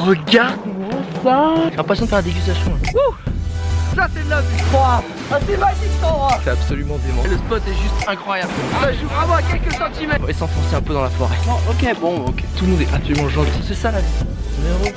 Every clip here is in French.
Regarde-moi ça. J'ai l'impression de faire la dégustation. Ouh, ça c'est de la vue. Ah, c'est magique cet endroit. C'est absolument dément. Le spot est juste incroyable. Ça joue vraiment à quelques centimètres. On va s'enfoncer un peu dans la forêt. Oh, ok, bon, ok. Tout le monde est absolument gentil. C'est ça la vie.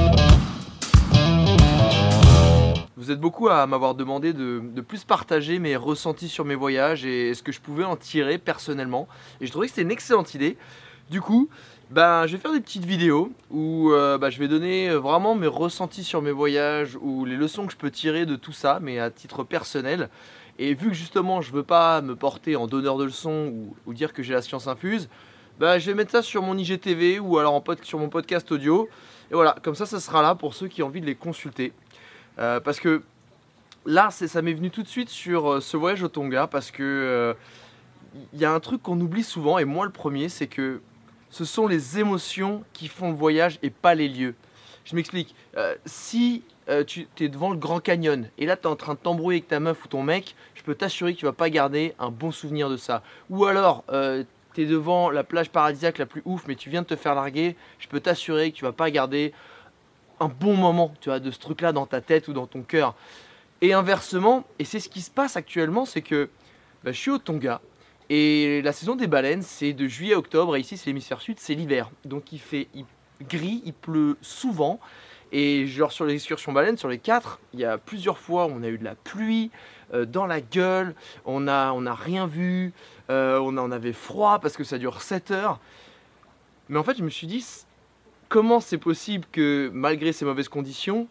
Vous êtes beaucoup à m'avoir demandé de plus partager mes ressentis sur mes voyages et ce que je pouvais en tirer personnellement. Et je trouvais que c'était une excellente idée. Du coup, je vais faire des petites vidéos où je vais donner vraiment mes ressentis sur mes voyages ou les leçons que je peux tirer de tout ça, mais à titre personnel. Et vu que justement je veux pas me porter en donneur de leçons ou dire que j'ai la science infuse, je vais mettre ça sur mon IGTV ou alors sur mon podcast audio. Et voilà, comme ça sera là pour ceux qui ont envie de les consulter. Parce que là, ça m'est venu tout de suite sur ce voyage au Tonga parce que y a un truc qu'on oublie souvent, et moi le premier, c'est que ce sont les émotions qui font le voyage et pas les lieux. Je m'explique. Si tu es devant le Grand Canyon et là tu es en train de t'embrouiller avec ta meuf ou ton mec, je peux t'assurer que tu vas pas garder un bon souvenir de ça. Ou alors tu es devant la plage paradisiaque la plus ouf mais tu viens de te faire larguer, je peux t'assurer que tu vas pas garder un bon moment, tu vois, de ce truc là dans ta tête ou dans ton cœur. Et inversement, et c'est ce qui se passe actuellement, c'est que je suis au Tonga et la saison des baleines c'est de juillet à octobre et ici c'est l'hémisphère sud, c'est l'hiver. Donc il fait gris, il pleut souvent. Et genre sur les excursions baleines, sur les 4, il y a plusieurs fois où on a eu de la pluie dans la gueule, on n'a rien vu, on avait froid parce que ça dure 7 heures. Mais en fait je me suis dit, comment c'est possible que malgré ces mauvaises conditions,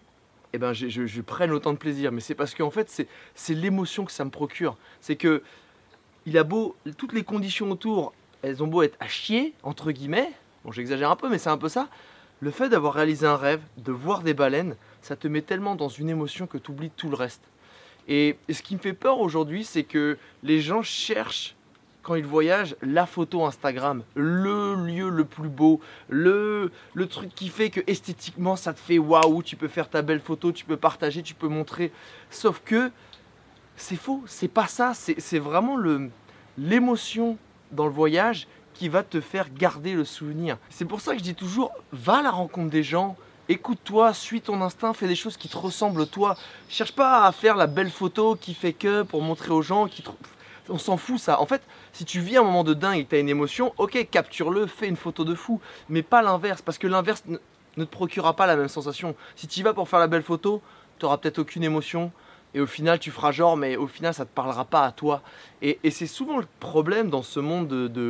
je prenne autant de plaisir. Mais c'est parce qu'en fait c'est l'émotion que ça me procure. C'est que toutes les conditions autour, elles ont beau être à chier, entre guillemets, bon j'exagère un peu mais c'est un peu ça. Le fait d'avoir réalisé un rêve, de voir des baleines, ça te met tellement dans une émotion que tu oublies tout le reste. Et ce qui me fait peur aujourd'hui, c'est que les gens cherchent, quand ils voyagent, la photo Instagram, le lieu le plus beau, le truc qui fait que esthétiquement ça te fait waouh, tu peux faire ta belle photo, tu peux partager, tu peux montrer. Sauf que c'est faux, c'est pas ça, c'est vraiment l'émotion dans le voyage qui va te faire garder le souvenir. C'est pour ça que je dis toujours, va à la rencontre des gens, écoute-toi, suis ton instinct, fais des choses qui te ressemblent toi. Cherche pas à faire la belle photo qui fait que pour montrer aux gens, on s'en fout ça. En fait, si tu vis un moment de dingue et que tu as une émotion, ok, capture-le, fais une photo de fou, mais pas l'inverse, parce que l'inverse ne te procurera pas la même sensation. Si tu y vas pour faire la belle photo, tu n'auras peut-être aucune émotion. Et au final, tu feras genre, mais au final, ça ne te parlera pas à toi. Et c'est souvent le problème dans ce monde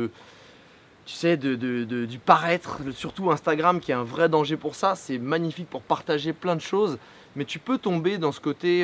tu sais, du paraître, surtout Instagram qui est un vrai danger pour ça. C'est magnifique pour partager plein de choses, mais tu peux tomber dans ce côté,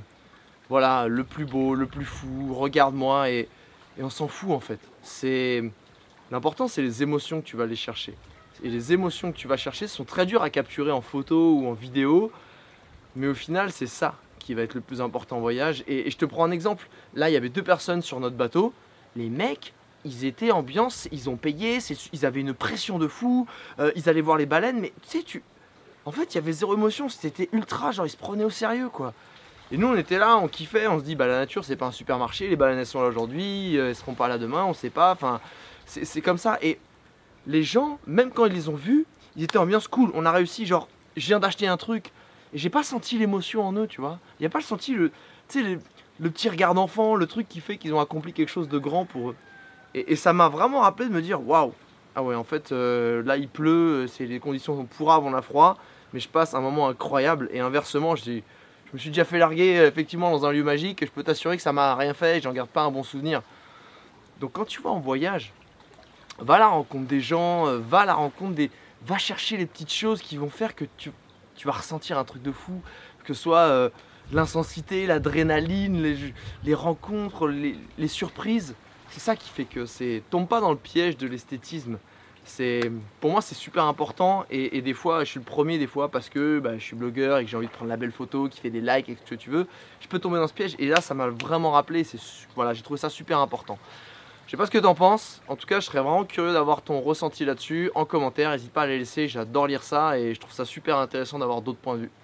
le plus beau, le plus fou, regarde-moi, et on s'en fout en fait. L'important, c'est les émotions que tu vas aller chercher. Et les émotions que tu vas chercher sont très dures à capturer en photo ou en vidéo, mais au final, c'est ça qui va être le plus important en voyage. Et je te prends un exemple. Là, il y avait 2 personnes sur notre bateau. Les mecs, ils étaient ambiance, ils ont payé, ils avaient une pression de fou, ils allaient voir les baleines, mais tu sais, en fait, il y avait zéro émotion, c'était ultra, genre ils se prenaient au sérieux, quoi. Et nous, on était là, on kiffait, on se dit, la nature, c'est pas un supermarché, les baleines, elles sont là aujourd'hui, elles seront pas là demain, on sait pas, enfin, c'est comme ça. Et les gens, même quand ils les ont vus, ils étaient ambiance cool, on a réussi, genre, je viens d'acheter un truc, et j'ai pas senti l'émotion en eux, tu vois. Il n'y a pas senti le petit regard d'enfant, le truc qui fait qu'ils ont accompli quelque chose de grand pour eux. Et ça m'a vraiment rappelé de me dire, waouh, ah ouais, en fait, là il pleut, les conditions sont pourraves, on a froid, mais je passe un moment incroyable. Et inversement, je me suis déjà fait larguer effectivement dans un lieu magique, et je peux t'assurer que ça m'a rien fait, et j'en garde pas un bon souvenir. Donc quand tu vas en voyage, va à la rencontre des gens, va chercher les petites choses qui vont faire que tu vas ressentir un truc de fou, que ce soit l'intensité, l'adrénaline, les rencontres, les surprises. C'est ça qui fait que tombe pas dans le piège de l'esthétisme. Pour moi c'est super important et des fois je suis le premier parce que je suis blogueur et que j'ai envie de prendre la belle photo qui fait des likes et ce que tu veux. Je peux tomber dans ce piège et là ça m'a vraiment rappelé, j'ai trouvé ça super important. Je sais pas ce que t'en penses, en tout cas je serais vraiment curieux d'avoir ton ressenti là-dessus en commentaire, n'hésite pas à les laisser, j'adore lire ça et je trouve ça super intéressant d'avoir d'autres points de vue.